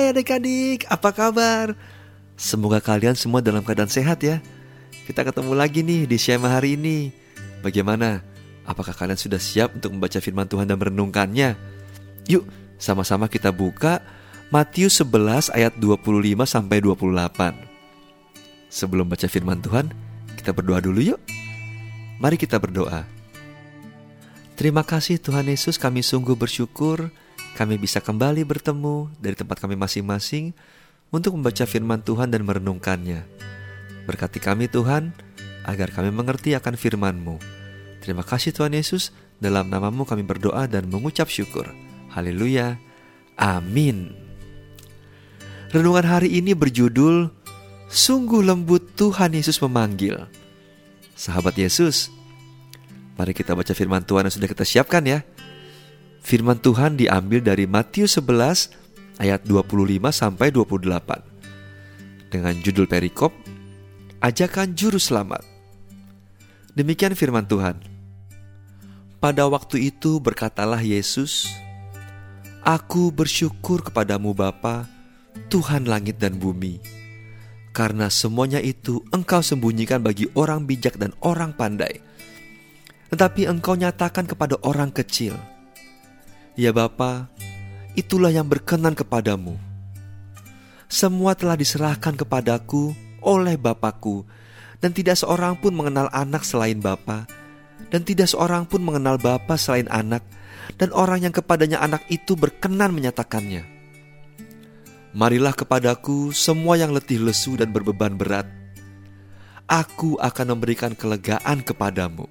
Hai adik-adik, apa kabar? Semoga kalian semua dalam keadaan sehat ya. Kita ketemu lagi nih di Shema hari ini. Bagaimana? Apakah kalian sudah siap untuk membaca firman Tuhan dan merenungkannya? Yuk, sama-sama kita buka Matius 11 ayat 25 sampai 28. Sebelum baca firman Tuhan, kita berdoa dulu yuk. Mari kita berdoa. Terima kasih Tuhan Yesus, kami sungguh bersyukur kami bisa kembali bertemu dari tempat kami masing-masing untuk membaca firman Tuhan dan merenungkannya. Berkati kami Tuhan, agar kami mengerti akan firman-Mu. Terima kasih Tuhan Yesus, dalam nama-Mu kami berdoa dan mengucap syukur. Haleluya, amin. Renungan hari ini berjudul, Sungguh Lembut Tuhan Yesus Memanggil. Sahabat Yesus, mari kita baca firman Tuhan yang sudah kita siapkan ya. Firman Tuhan diambil dari Matius 11 ayat 25 sampai 28 dengan judul perikop, Ajakan Juru Selamat. Demikian firman Tuhan. Pada waktu itu berkatalah Yesus, Aku bersyukur kepadamu Bapa, Tuhan langit dan bumi, karena semuanya itu Engkau sembunyikan bagi orang bijak dan orang pandai, tetapi Engkau nyatakan kepada orang kecil. Ya Bapa, itulah yang berkenan kepadamu. Semua telah diserahkan kepadaku oleh Bapakku, dan tidak seorang pun mengenal anak selain Bapa, dan tidak seorang pun mengenal Bapa selain anak, dan orang yang kepadanya anak itu berkenan menyatakannya. Marilah kepadaku semua yang letih lesu dan berbeban berat. Aku akan memberikan kelegaan kepadamu.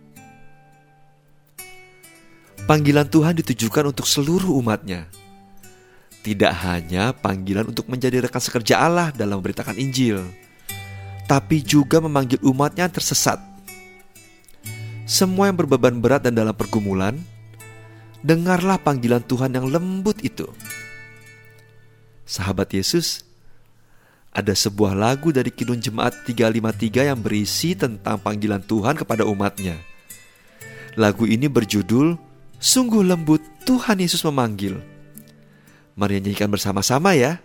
Panggilan Tuhan ditujukan untuk seluruh umatnya. Tidak hanya panggilan untuk menjadi rekan sekerja Allah dalam memberitakan Injil, tapi juga memanggil umatnya yang tersesat. Semua yang berbeban berat dan dalam pergumulan, dengarlah panggilan Tuhan yang lembut itu. Sahabat Yesus, ada sebuah lagu dari Kidung Jemaat 353 yang berisi tentang panggilan Tuhan kepada umatnya. Lagu ini berjudul Sungguh Lembut Tuhan Yesus Memanggil. Mari nyanyikan bersama-sama ya.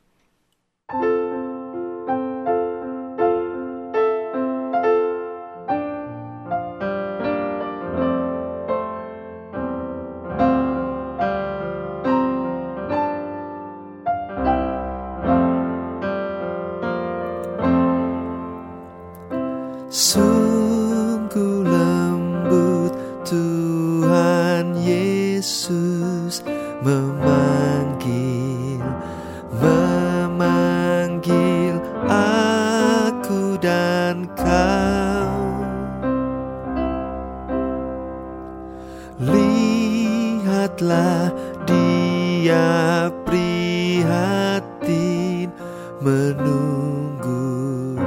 Sungguh lembut Tuhan Yesus memanggil aku dan kau. Lihatlah Dia prihatin menunggu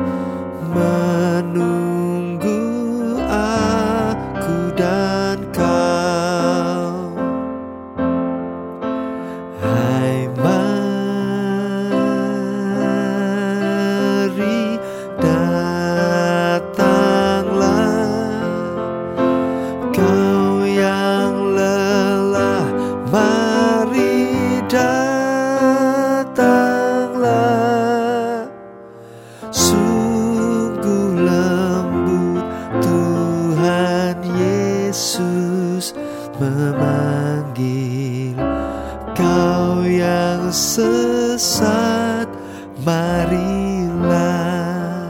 aku dan kau. Hai mari datanglah, kau yang lelah, mari datanglah. Sungguh lembut Tuhan Yesus memanggil kau yang sesat, marilah.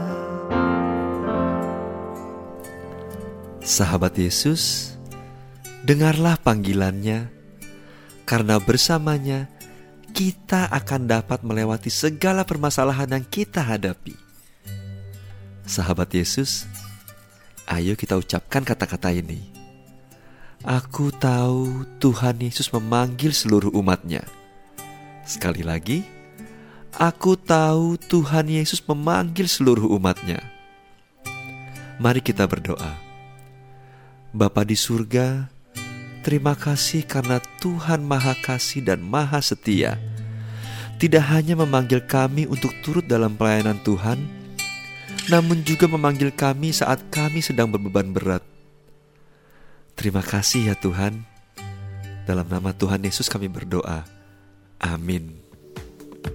Sahabat Yesus, dengarlah panggilannya, karena bersamanya kita akan dapat melewati segala permasalahan yang kita hadapi. Sahabat Yesus, ayo kita ucapkan kata-kata ini. Aku tahu Tuhan Yesus memanggil seluruh umatnya. Sekali lagi, aku tahu Tuhan Yesus memanggil seluruh umatnya. Mari kita berdoa. Bapa di surga, terima kasih karena Tuhan Maha Kasih dan Maha Setia. Tidak hanya memanggil kami untuk turut dalam pelayanan Tuhan, namun juga memanggil kami saat kami sedang berbeban berat. Terima kasih ya Tuhan. Dalam nama Tuhan Yesus kami berdoa. Amin.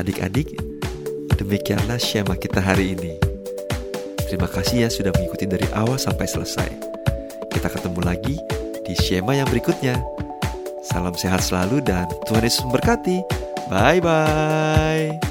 Adik-adik, demikianlah Shema kita hari ini. Terima kasih ya sudah mengikuti dari awal sampai selesai. Kita ketemu lagi di Shema yang berikutnya. Salam sehat selalu dan Tuhan Yesus memberkati. Bye-bye.